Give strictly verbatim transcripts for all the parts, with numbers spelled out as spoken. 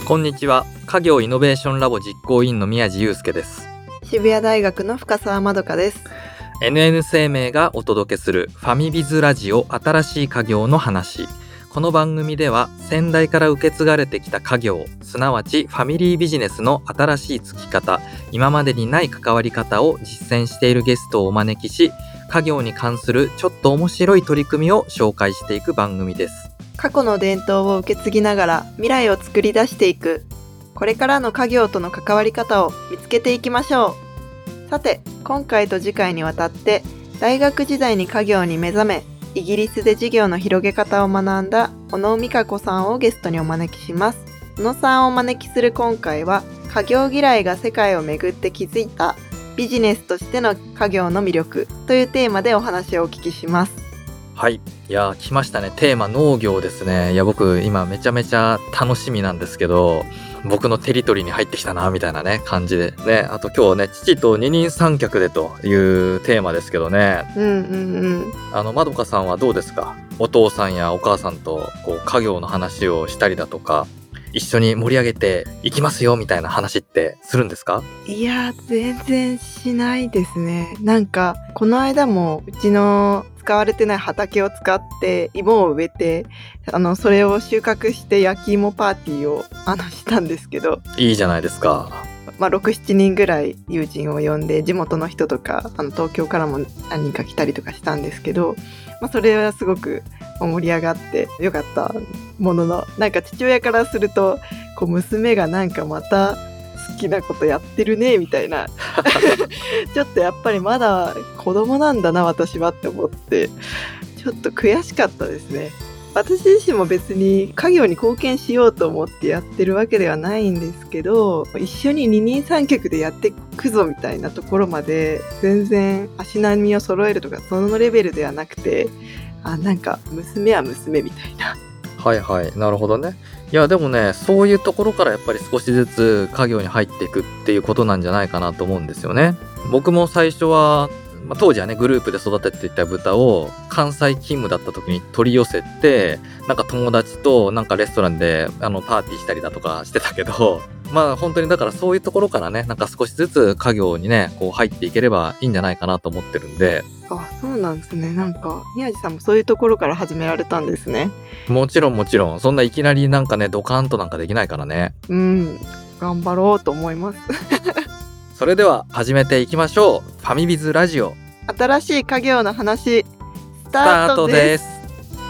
こんにちは。家業イノベーションラボ実行委員の宮地祐介です。 渋谷大学の深澤まどかです。 エヌエヌ 生命がお届けするファミビズラジオ新しい家業の話。この番組では先代から受け継がれてきた家業、すなわちファミリービジネスの新しいつき方、今までにない関わり方を実践しているゲストをお招きし、家業に関するちょっと面白い取り組みを紹介していく番組です。 過去の伝統を受け継ぎながら未来を作り出していく、これからの家業との関わり方を見つけていきましょう。さて、今回と次回にわたって大学時代に家業に目覚め、イギリスで事業の広げ方を学んだ小野美香子さんをゲストにお招きします。小野さんをお招きする今回は、家業嫌いが世界を巡って気づいたビジネスとしての家業の魅力というテーマでお話をお聞きします。 はい、いや来ましたね。テーマ農業ですね。いや僕今めちゃめちゃ楽しみなんですけど、僕のテリトリーに入ってきたなみたいなね感じでね。あと今日ね、父と二人三脚でというテーマですけどね。 うんうんうん。 あのまどかさんはどうですか？お父さんやお母さんとこう家業の話をしたりだとか、一緒に盛り上げていきますよみたいな話ってするんですか？ いや全然しないですね。なんかこの間もうちの使われてない畑を使って芋を植えて、あのそれを収穫して焼き芋パーティーをあのしたんですけど、 いいじゃないですか。 まあ、ろく、しちにんぐらい友人を呼んで、地元の人とかあの東京からも何人か来たりとかしたんですけど、まあ、それはすごく盛り上がってよかったものの、なんか父親からするとこう娘がなんかまた好きなことやってるねみたいなちょっとやっぱりまだ子供なんだな私はって思って、ちょっと悔しかったですね。私自身も別に家業に貢献しようと思ってやってるわけではないんですけど、一緒に二人三脚でやっていくぞみたいなところまで全然足並みを揃えるとかそのレベルではなくて、あ、なんか娘は娘みたいな。 はいはい、なるほどね。いやでもね、そういうところからやっぱり少しずつ家業に入っていくっていうことなんじゃないかなと思うんですよね。僕も最初は、まあ、当時はねグループで育てていた豚を関西勤務だった時に取り寄せて、なんか友達となんかレストランであのパーティーしたりだとかしてたけど、まあ本当にだからそういうところからね、なんか少しずつ家業にねこう入っていければいいんじゃないかなと思ってるんで。 あ、そうなんですね。なんか宮地さんもそういうところから始められたんですね。 もちろんもちろん、そんないきなりなんかねドカンとなんかできないからね。 うん、頑張ろうと思いますそれでは始めていきましょう。ファミビズラジオ新しい家業の話ススタタートートでですす。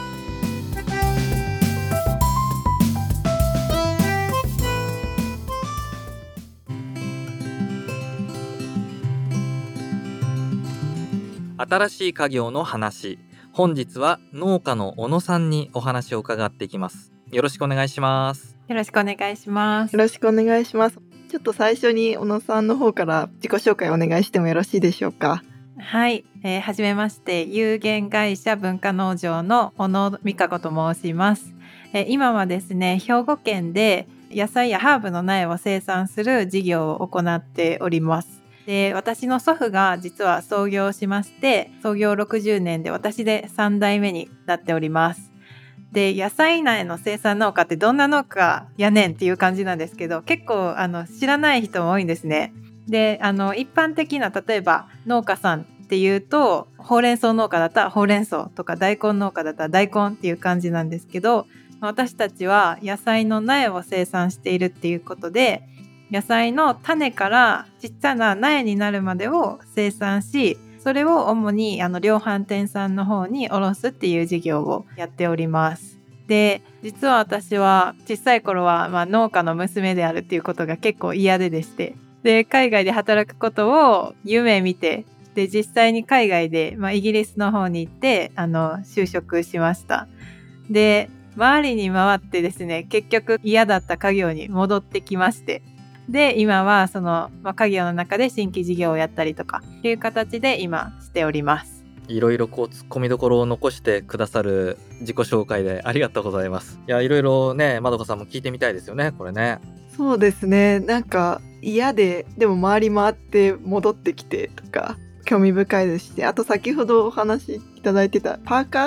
新しい家業の話。本日は農家の小野さんにお話を伺っていきます。よろしくお願いします。 よろしくお願いします。 よろしくお願いします。ちょっと最初に小野さんの方から自己紹介お願いしてもよろしいでしょうか。 はい、えー、はじめまして、有限会社文化農場の小野美香子と申します。えー、今はですね、兵庫県で野菜やハーブの苗を生産する事業を行っております。で、私の祖父が実は創業しまして、創業ろくじゅうねんで私でさんだいめになっております。で、野菜苗の生産農家ってどんな農家やねんっていう感じなんですけど、結構あの知らない人も多いんですね。で、あの一般的な例えば農家さんっていうと、ほうれん草農家だったらほうれん草とか、大根農家だったら大根っていう感じなんですけど、私たちは野菜の苗を生産しているっていうことで、野菜の種からちっちゃな苗になるまでを生産し、それを主にあの量販店さんの方に卸すっていう事業をやっております。で、実は私は小さい頃は、まあ、農家の娘であるっていうことが結構嫌ででして、で海外で働くことを夢見て、で実際に海外で、まあ、イギリスの方に行ってあの就職しました。で周りに回ってですね、結局嫌だった家業に戻ってきまして、で今はその、まあ、家業の中で新規事業をやったりとかっていう形で今しております。 いろいろこう突っ込みどころを残してくださる自己紹介でありがとうございます。いやいろいろね、まどかさんも聞いてみたいですよね、これね。 そうですね、なんか嫌ででも回り回って戻ってきてとか興味深いですし、あと先ほどお話しいただいてたパーカー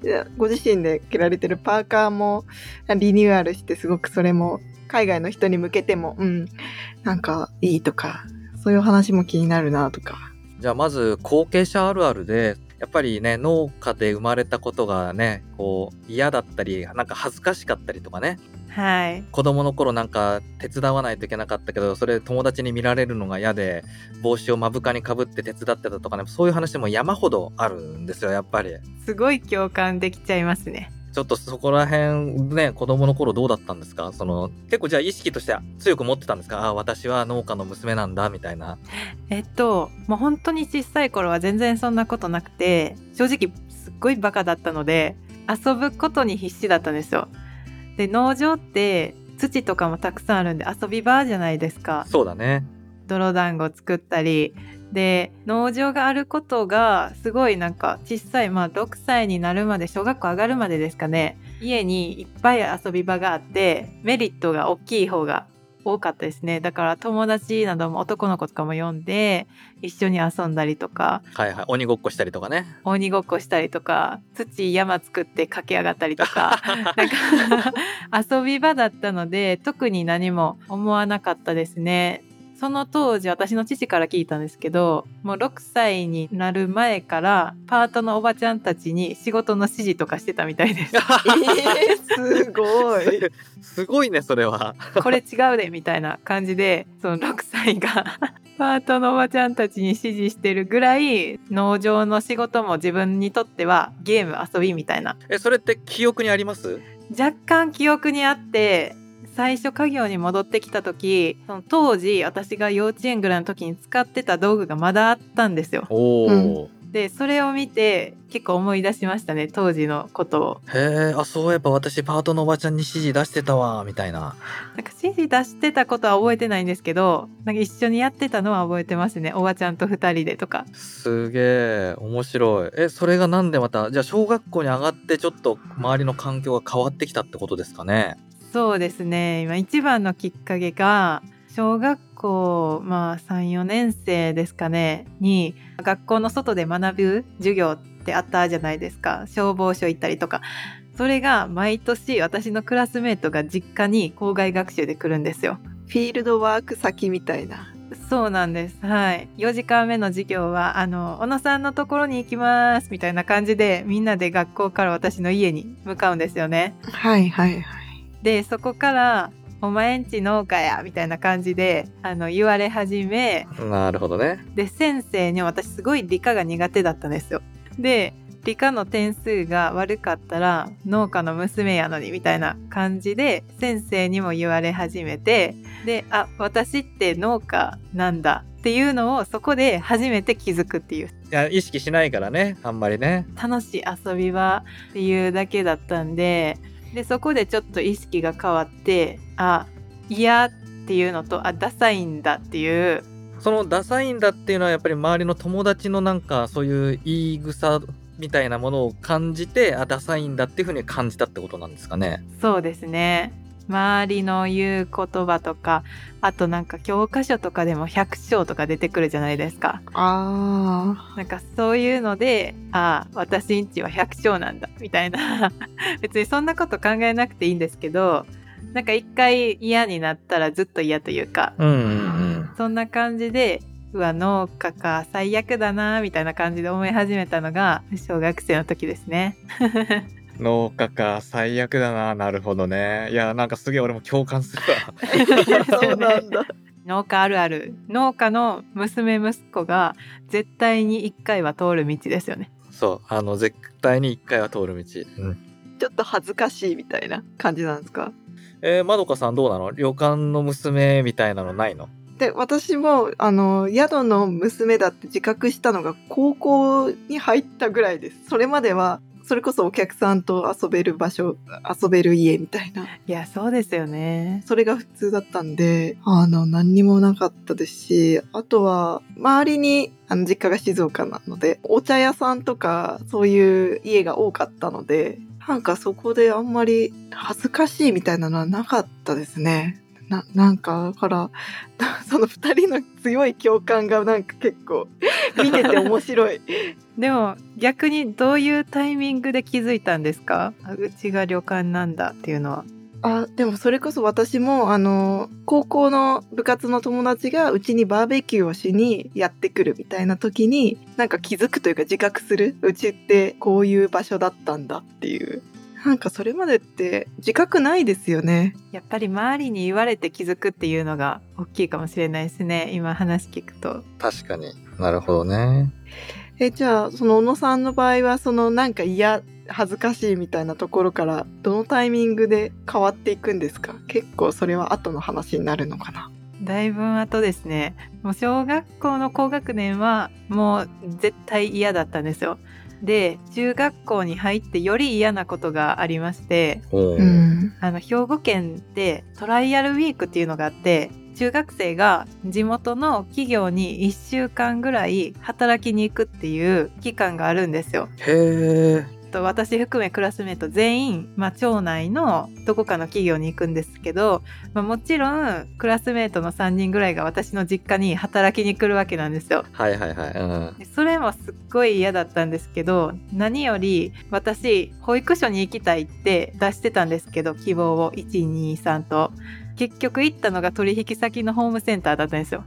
でご自身で着られてるパーカーもリニューアルして、すごくそれも海外の人に向けても、うん、なんかいいとか、そういう話も気になるなとか。 じゃあまず後継者あるあるで、やっぱりね、農家で生まれたことがね、こう嫌だったり、なんか恥ずかしかったりとかね、 はい。 子供の頃なんか手伝わないといけなかったけど、それ友達に見られるのが嫌で帽子を目深にかぶって手伝ってたとかね、そういう話も山ほどあるんですよ。やっぱりすごい共感できちゃいますね。 ちょっとそこら辺ね、子供の頃どうだったんですか？その結構じゃあ意識として強く持ってたんですか？あ、私は農家の娘なんだみたいな。 えっともう本当に小さい頃は全然そんなことなくて、正直すっごいバカだったので遊ぶことに必死だったんですよ。で、農場って土とかもたくさんあるんで遊び場じゃないですか。 そうだね。 泥団子作ったりで、農場があることがすごいなんか小さい、まあろくさいになるまで、小学校上がるまでですかね、家にいっぱい遊び場があってメリットが大きい方が多かったですね。だから友達なども男の子とかも呼んで一緒に遊んだりとか、 はいはい、鬼ごっこしたりとかね。 鬼ごっこしたりとか、土山作って駆け上がったりとかなんか遊び場だったので特に何も思わなかったですね。その当時私の父から聞いたんですけど、もうろくさいになる前からパートのおばちゃんたちに仕事の指示とかしてたみたいですえー、すごいすごいね、それは。 これ違うでみたいな感じで、そのろくさいがパートのおばちゃんたちに指示してるぐらい、農場の仕事も自分にとってはゲーム遊びみたいな。 え、それって記憶にあります？ 若干記憶にあって、最初家業に戻ってきた時、その当時私が幼稚園ぐらいの時に使ってた道具がまだあったんですよ。 おー、 うん、 でそれを見て結構思い出しましたね、当時のことを。 へえ、あ、そういえば私パートのおばちゃんに指示出してたわみたいな。 なんか指示出してたことは覚えてないんですけど、なんか一緒にやってたのは覚えてますね。おばちゃんとふたりでとか。 すげえ面白い。え、それがなんでまた、じゃあ小学校に上がってちょっと周りの環境が変わってきたってことですかね？ そうですね、今一番のきっかけが小学校、まあさん、よねん生ですかねに、学校の外で学ぶ授業ってあったじゃないですか。消防署行ったりとか。それが毎年私のクラスメートが実家に校外学習で来るんですよ。 フィールドワーク先みたいな。 そうなんです。はい。よじかんめの授業はあの小野さんのところに行きますみたいな感じで、みんなで学校から私の家に向かうんですよね。 はいはいはい。 でそこからお前んち農家やみたいな感じであの言われ始め、 なるほどね。 で先生に、私すごい理科が苦手だったんですよ。で理科の点数が悪かったら農家の娘やのにみたいな感じで先生にも言われ始めて、で、あ、私って農家なんだっていうのをそこで初めて気づくっていう。 いや、意識しないからね、あんまりね。 楽しい遊び場っていうだけだったんで、でそこでちょっと意識が変わって、あ、嫌っていうのと、あ、ダサいんだっていう。 そのダサいんだっていうのはやっぱり周りの友達のなんかそういう言い草みたいなものを感じて、あ、ダサいんだっていう風に感じたってことなんですかね？ そうですね、周りの言う言葉とか、あとなんか教科書とかでも百姓とか出てくるじゃないですか。 あなんかそういうので、あ、私んちは百姓なんだみたいな別にそんなこと考えなくていいんですけど、なんか一回嫌になったらずっと嫌というか、 うんうんうん。 そんな感じで、うわ農家か最悪だなみたいな感じで思い始めたのが小学生の時ですね農家か、最悪だな。なるほどね。いや、なんかすげえ俺も共感するわ。 あ、そうなんだ。 農家あるある。農家の娘息子が絶対に一回は通る道ですよね。 そう、あの絶対に一回は通る道。うん。 ちょっと恥ずかしいみたいな感じなんですか？ えー、まどかさんどうなの？旅館の娘みたいなのないの？ で、私もあの宿の娘だって自覚したのが高校に入ったぐらいです。それまではそれこそお客さんと遊べる場所、遊べる家みたいな、 いやそうですよね。 それが普通だったんで、あの何にもなかったですし、あとは周りにあの実家が静岡なのでお茶屋さんとかそういう家が多かったので、なんかそこであんまり恥ずかしいみたいなのはなかったですね。 ななんかだからそのふたりの強い共感がなんか結構見てて面白い。 でも逆にどういうタイミングで気づいたんですか？あ、うちが旅館なんだっていうのは。 あ、でもそれこそ私もあの高校の部活の友達がうちにバーベキューをしにやってくるみたいな時になんか気づくというか自覚する、うちってこういう場所だったんだっていう。なんかそれまでって自覚ないですよね。 やっぱり周りに言われて気づくっていうのが大きいかもしれないですね、今話聞くと。 確かに。なるほどね。 え、じゃあその小野さんの場合はそのなんか嫌恥ずかしいみたいなところからどのタイミングで変わっていくんですか？結構それは後の話になるのかな。 だいぶ後ですね。もう小学校の高学年はもう絶対嫌だったんですよ。で、中学校に入ってより嫌なことがありまして、 おーうん、 あの兵庫県でトライアルウィークっていうのがあって、中学生が地元の企業にいっしゅうかんぐらい働きに行くっていう期間があるんですよ。 へー。 と私含めクラスメート全員、まあ、町内のどこかの企業に行くんですけど、まあ、もちろんクラスメートのさんにんぐらいが私の実家に働きに来るわけなんですよ。 はいはいはい。うん。 でそれもすっごい嫌だったんですけど、何より私保育所に行きたいって出してたんですけど、希望をいちにさんと結局行ったのが取引先のホームセンターだったんですよ。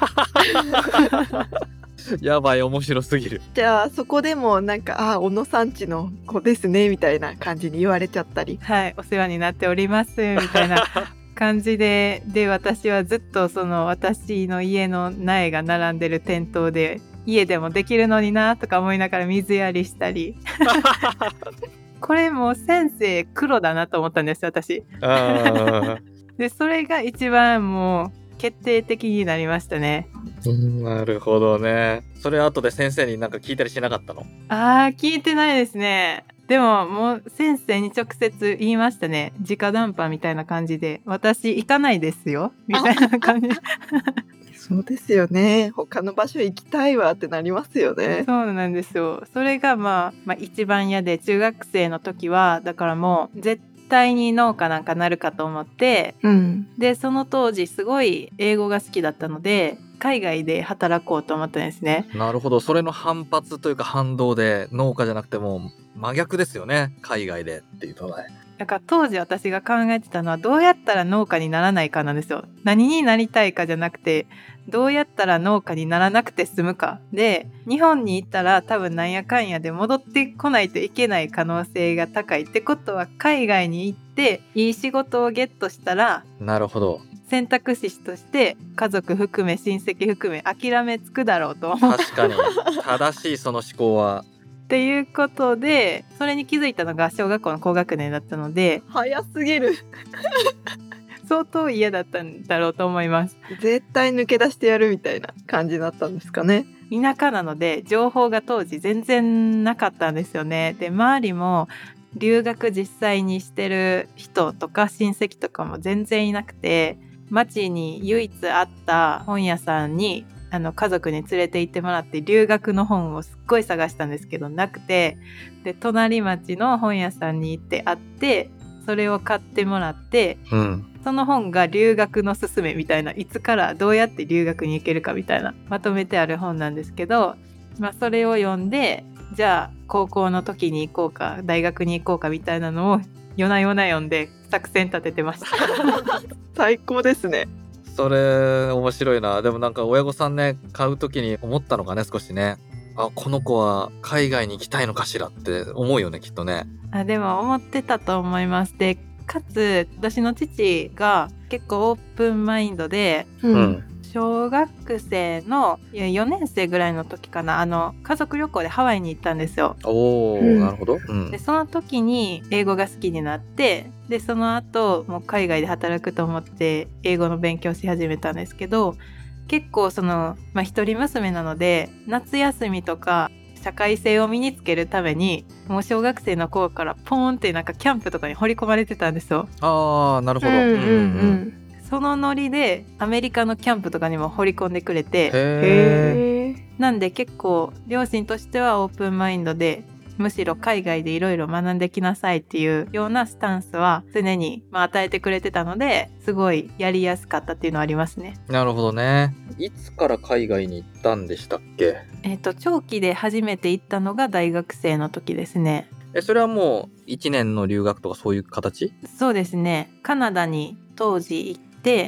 やばい、面白すぎる。 じゃあそこでもなんかあ小野さんちの子ですねみたいな感じに言われちゃったり。 はい、お世話になっておりますみたいな感じで、で私はずっとその私の家の苗が並んでる店頭で家でもできるのになとか思いながら水やりしたりこれもう先生黒だなと思ったんです私。 あでそれが一番もう決定的になりましたね。 ーなるほどね。それ後で先生になんか聞いたりしなかったの？ あー聞いてないですね。でももう先生に直接言いましたね。直談判みたいな感じで、私行かないですよみたいな感じそうですよね。他の場所行きたいわってなりますよね。 そうなんですよ。それが、まあ、まあ一番嫌で、中学生の時はだからもう絶対に農家なんかなるかと思って、 うん。 でその当時すごい英語が好きだったので海外で働こうと思ったんですね。 なるほど。それの反発というか反動で農家じゃなくても真逆ですよね。海外でっていうとね。 だから当時私が考えてたのはどうやったら農家にならないかなんですよ。何になりたいかじゃなくて、どうやったら農家にならなくて済むかで、日本に行ったら多分なんやかんやで戻ってこないといけない可能性が高いってことは、海外に行っていい仕事をゲットしたらなるほど。 選択肢として家族含め親戚含め諦めつくだろうと確かに正しいその思考は。 っていうことで、それに気づいたのが小学校の高学年だったので、 早すぎる。 相当嫌だったんだろうと思います。 絶対抜け出してやるみたいな感じだったんですかね。 田舎なので情報が当時全然なかったんですよね。で周りも留学実際にしてる人とか親戚とかも全然いなくて、町に唯一あった本屋さんにあの家族に連れて行ってもらって留学の本をすっごい探したんですけどなくて、で隣町の本屋さんに行って会ってそれを買ってもらって、 うん。 その本が留学のすすめみたいな、いつからどうやって留学に行けるかみたいなまとめてある本なんですけど、まあ、それを読んで、じゃあ高校の時に行こうか大学に行こうかみたいなのを夜な夜な読んで作戦立ててました最高ですね。 それ面白いな。でもなんか親御さんね、買う時に思ったのかね、少しね。あ、この子は海外に行きたいのかしらって思うよね、きっとね。 あでも思ってたと思います。でかつ私の父が結構オープンマインドで、 う。 うんん。 小学生のいやよねん生ぐらいの時かな、あの家族旅行でハワイに行ったんですよ。 おー、 うんなるほど。うんで。その時に英語が好きになって、でその後もう海外で働くと思って英語の勉強し始めたんですけど、結構その、まあ、一人娘なので夏休みとか社会性を身につけるためにもう小学生の頃からポーンってなんかキャンプとかに掘り込まれてたんですよ。 あー、なるほど。 うんうんうん。 そのノリでアメリカのキャンプとかにも掘り込んでくれて、 へー。 へえ。 なんで結構両親としてはオープンマインドでむしろ海外でいろいろ学んできなさいっていうようなスタンスは常にまあ与えてくれてたので、すごいやりやすかったっていうのはありますね。 なるほどね。いつから海外に行ったんでしたっけ？ えっと長期で初めて行ったのが大学生の時ですね。 え、それはもういちねんの留学とかそういう形？ そうですね。カナダに当時行って、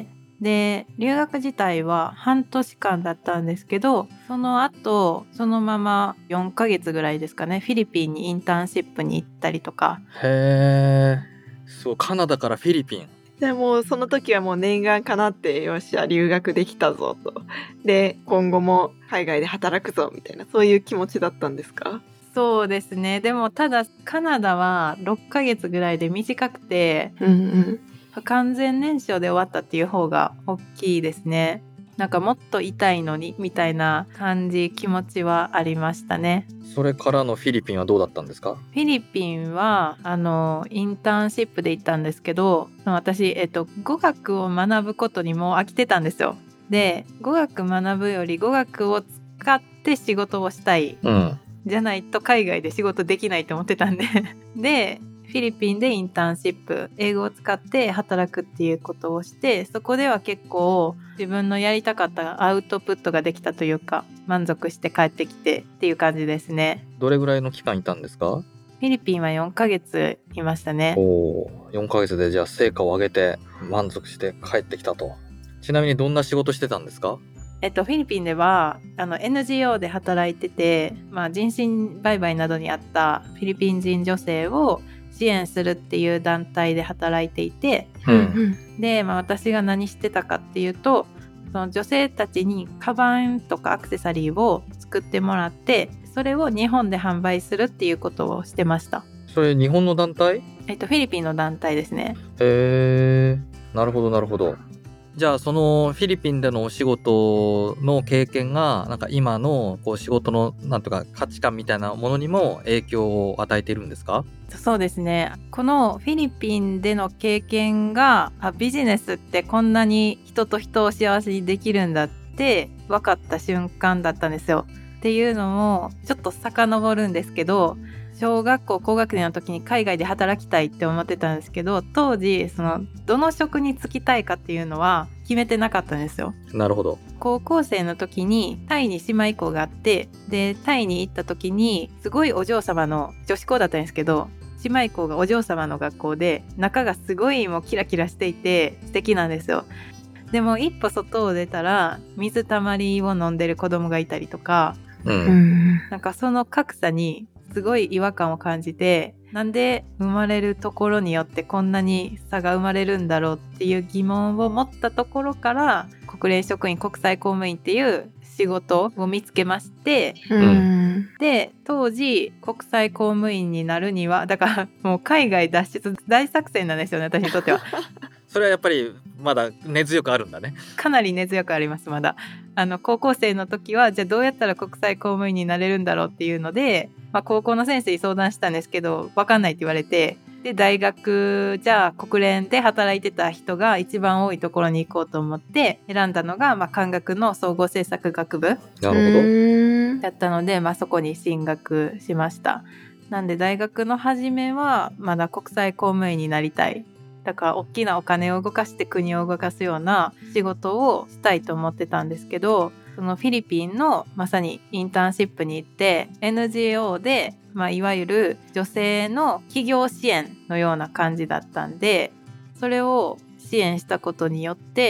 で留学自体は半年間だったんですけど、その後そのままよんかげつぐらいですかね、フィリピンにインターンシップに行ったりとか。 へー、そう、カナダからフィリピン。 でもその時はもう念願かなって、よっしゃ留学できたぞと、で今後も海外で働くぞみたいな、そういう気持ちだったんですか？ そうですね。でもただカナダはろっかげつぐらいで短くて、 うんうん不完全燃焼で終わったっていう方が大きいですね。なんかもっと痛いのにみたいな感じ、気持ちはありましたね。 それからのフィリピンはどうだったんですか？ フィリピンはあのインターンシップで行ったんですけど、その私、えっと、語学を学ぶことにも飽きてたんですよ。で語学学ぶより語学を使って仕事をしたい、 うん。 じゃないと海外で仕事できないと思ってたんででフィリピンでインターンシップ、英語を使って働くっていうことをして、そこでは結構自分のやりたかったアウトプットができたというか、満足して帰ってきてっていう感じですね。 どれぐらいの期間いたんですか？ フィリピンはよんかげついましたね。 おー、よんかげつでじゃあ成果を上げて満足して帰ってきたと。ちなみにどんな仕事してたんですか？ えっと、フィリピンではあの エヌジーオー で働いてて、まあ、人身売買などにあったフィリピン人女性を支援するっていう団体で働いていて、 う。 うんんで、まあ、私が何してたかっていうと、その女性たちにカバンとかアクセサリーを作ってもらって、それを日本で販売するっていうことをしてました。 それ日本の団体？ えっと、フィリピンの団体ですね。 へー、なるほどなるほど。じゃあそのフィリピンでのお仕事の経験がなんか今のこう仕事のなんとか価値観みたいなものにも影響を与えているんですか？ そうですね。このフィリピンでの経験が、あ、ビジネスってこんなに人と人を幸せにできるんだって分かった瞬間だったんですよ。っていうのもちょっと遡るんですけど、小学校高学年の時に海外で働きたいって思ってたんですけど、当時そのどの職に就きたいかっていうのは決めてなかったんですよ。 なるほど。 高校生の時にタイに姉妹校があって、でタイに行った時にすごいお嬢様の女子校だったんですけど、姉妹校がお嬢様の学校で、中がすごいもうキラキラしていて素敵なんですよ。でも一歩外を出たら水たまりを飲んでる子供がいたりとか、 う。 うんんなんかその格差にすごい違和感を感じて、なんで生まれるところによってこんなに差が生まれるんだろうっていう疑問を持ったところから、国連職員国際公務員っていう仕事を見つけまして、 うんで当時国際公務員になるには、だからもう海外脱出大作戦なんですよね、私にとっては。 それはやっぱりまだ根強くあるんだね。 かなり根強くあります。まだあの高校生の時は、じゃあどうやったら国際公務員になれるんだろうっていうので、まあ、高校の先生に相談したんですけど、分かんないって言われて、で大学、じゃあ国連で働いてた人が一番多いところに行こうと思って選んだのが、まあ、漢学の総合政策学部なるほど。 うんだったので、まあ、そこに進学しました。なんで大学の初めはまだ国際公務員になりたい、だから大きなお金を動かして国を動かすような仕事をしたいと思ってたんですけど、そのフィリピンのまさにインターンシップに行って エヌジーオー で、まあ、いわゆる女性の起業支援のような感じだったんで、それを支援したことによって、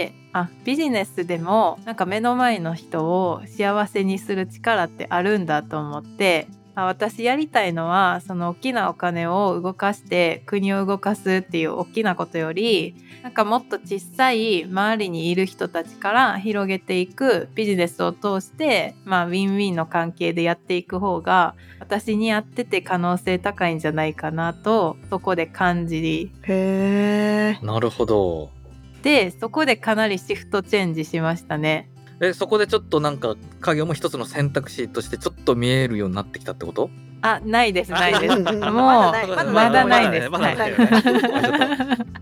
あ、ビジネスでもなんか目の前の人を幸せにする力ってあるんだと思って、あ、私やりたいのはその大きなお金を動かして国を動かすっていう大きなことより、なんかもっと小さい周りにいる人たちから広げていくビジネスを通して、まあ、ウィンウィンの関係でやっていく方が私に合ってて可能性高いんじゃないかなと、そこで感じへえ。 なるほど。 で、そこでかなりシフトチェンジしましたね。 え、そこでちょっとなんか家業も一つの選択肢としてちょっと見えるようになってきたってこと？ あ、ないですないです。もうまだないまだないです。 まだないはいまだないよね。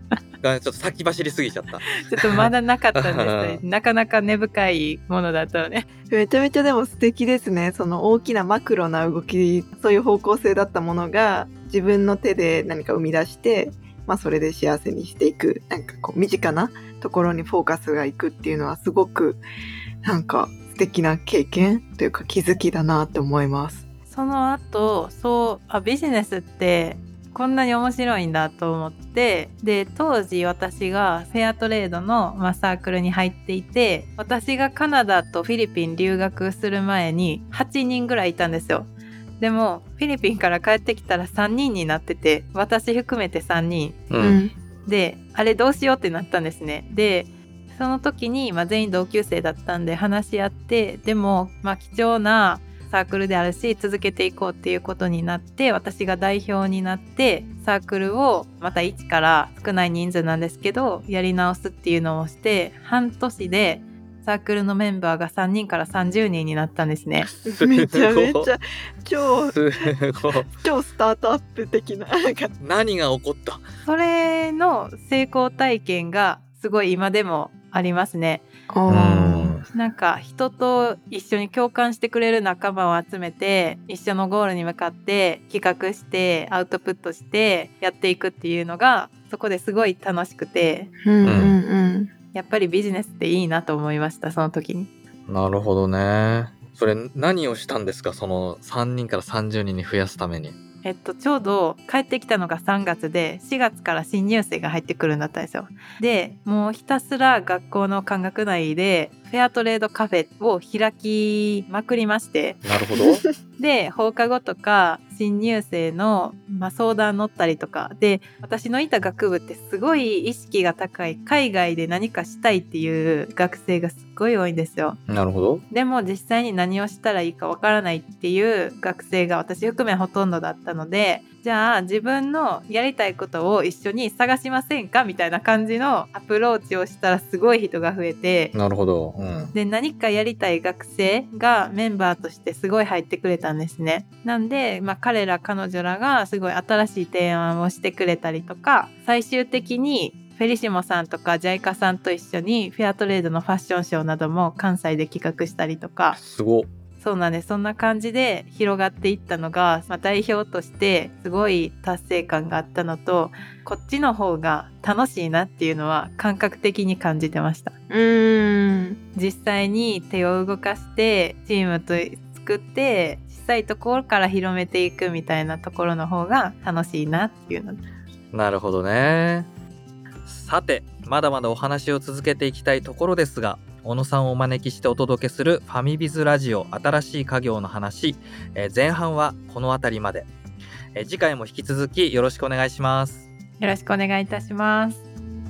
がちょっと先走りすぎちゃった。 ちょっとまだなかったんですねなかなか根深いものだったね。 めちゃめちゃでも素敵ですね。その大きなマクロな動き、そういう方向性だったものが自分の手で何か生み出して、まあそれで幸せにしていく、なんかこう身近なところにフォーカスがいくっていうのはすごくなんか素敵な経験というか気づきだなって思います。 その後そうあビジネスってこんなに面白いんだと思って、で当時私がフェアトレードの、まあ、サークルに入っていて、私がカナダとフィリピン留学する前にはちにんぐらいいたんですよ。でもフィリピンから帰ってきたらさんにんになってて、私含めてさんにん、 ううんん。 であれどうしようってなったんですね。でその時に、まあ、全員同級生だったんで話し合って、でも、まあ、貴重なサークルであるし続けていこうっていうことになって、私が代表になってサークルをまた一から少ない人数なんですけどやり直すっていうのをして、半年でサークルのメンバーがさんにんからさんじゅうにんになったんですね。 めちゃめちゃ超すごい。 超スタートアップ的ななんか何が起こった？ それの成功体験がすごい今でもありますね。なんか人と一緒に共感してくれる仲間を集めて一緒のゴールに向かって企画してアウトプットしてやっていくっていうのがそこですごい楽しくて、 うんうんうんやっぱりビジネスっていいなと思いました、その時に。 なるほどね。それ何をしたんですか、そのさんにんからさんじゅうにんに増やすために。 えっとちょうど帰ってきたのがさんがつで、しがつから新入生が入ってくるんだったんですよ。でもうひたすら学校の感覚内でフェアトレードカフェを開きまくりまして、 なるほど。 で放課後とか新入生の、まあ、相談乗ったりとかで、私のいた学部ってすごい意識が高い、海外で何かしたいっていう学生がすっごい多いんですよ。 なるほど。 でも実際に何をしたらいいかわからないっていう学生が私含めほとんどだったので、じゃあ自分のやりたいことを一緒に探しませんかみたいな感じのアプローチをしたらすごい人が増えて、 なるほど。うん。 で何かやりたい学生がメンバーとしてすごい入ってくれたんですね。なんで、まあ、彼ら彼女らがすごい新しい提案をしてくれたりとか、最終的にフェリシモさんとかジャイカさんと一緒にフェアトレードのファッションショーなども関西で企画したりとか、 すごっ。 そうなんです。そんな感じで広がっていったのが、まあ、代表としてすごい達成感があったのと、こっちの方が楽しいなっていうのは感覚的に感じてました。 うーん実際に手を動かしてチームと作って小さいところから広めていくみたいなところの方が楽しいなっていうので。 なるほどね。さて、まだまだお話を続けていきたいところですが、小野さんをお招きしてお届けするファミビズラジオ新しい家業の話、えー前半はこの辺りまで、えー次回も引き続きよろしくお願いします。 よろしくお願いいたします。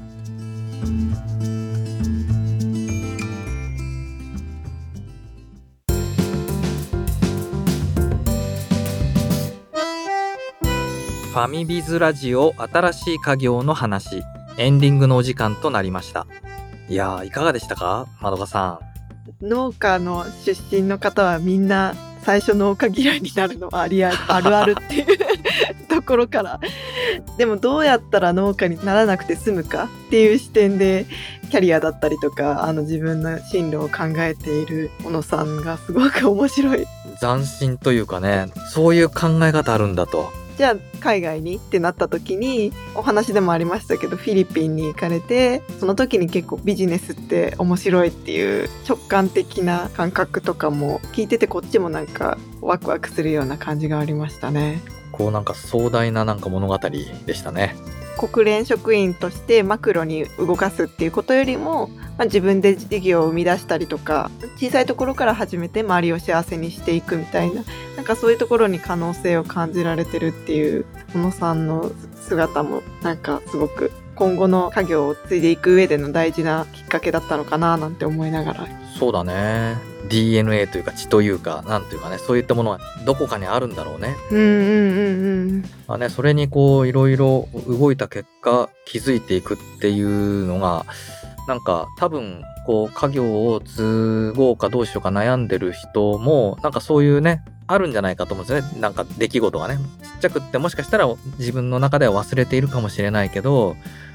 ファミビズラジオ新しい家業の話、エンディングのお時間となりました。いやー、いかがでしたか、まどかさ農家の出身の方はみんな最初農家嫌いになるのはありああるあるっていうところから、でもどうやったら農家にならなくて済むかっていう視点でキャリアだったりとか、あの自分の進路を考えている小野さんがすごく面白い。 ん、斬新というかね、そういう考え方あるんだと。 じゃあ海外にってなった時に、お話でもありましたけどフィリピンに行かれて、その時に結構ビジネスって面白いっていう直感的な感覚とかも聞いてて、こっちもなんかワクワクするような感じがありましたね。 こうなんか壮大ななんか物語でしたね。 国連職員としてマクロに動かすっていうことよりも、まあ、自分で事業を生み出したりとか、小さいところから始めて周りを幸せにしていくみたいな、なんかそういうところに可能性を感じられてるっていう小野さんの姿も、なんかすごく今後の家業を継いでいく上での大事なきっかけだったのかななんて思いながら。 そうだね。 ディーエヌエー というか血というかなんというかね、そういったものはどこかにあるんだろうね。 うんうんうんうん。 まあね、それにこういろいろ動いた結果気づいていくっていうのが、なんか多分こう家業を継ごうかどうしようか悩んでる人もなんかそういうねあるんじゃないかと思うんですよね。なんか出来事がね、ちっちゃくってもしかしたら自分の中では忘れているかもしれないけど、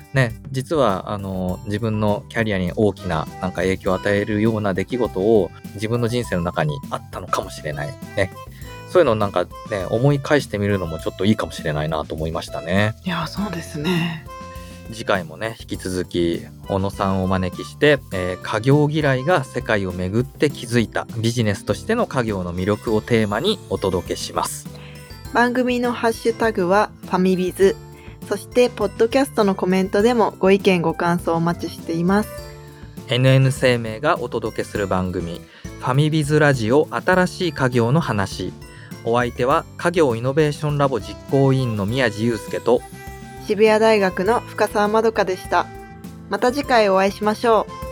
ね、実はあの自分のキャリアに大きななんか影響を与えるような出来事を自分の人生の中にあったのかもしれないね。そういうのをなんかね、思い返してみるのもちょっといいかもしれないなと思いましたね。 いやそうですね。 次回もね、引き続き小野さんをお招きして、えー、家業嫌いが世界を巡って気づいたビジネスとしての家業の魅力をテーマにお届けします。 番組のハッシュタグはファミビズ、そしてポッドキャストのコメントでもご意見ご感想お待ちしています。 エヌエヌ 生命がお届けする番組ファミビズラジオ新しい家業の話。お相手は家業イノベーションラボ実行委員の宮地祐介と渋谷大学の深澤まどかでした。また次回お会いしましょう。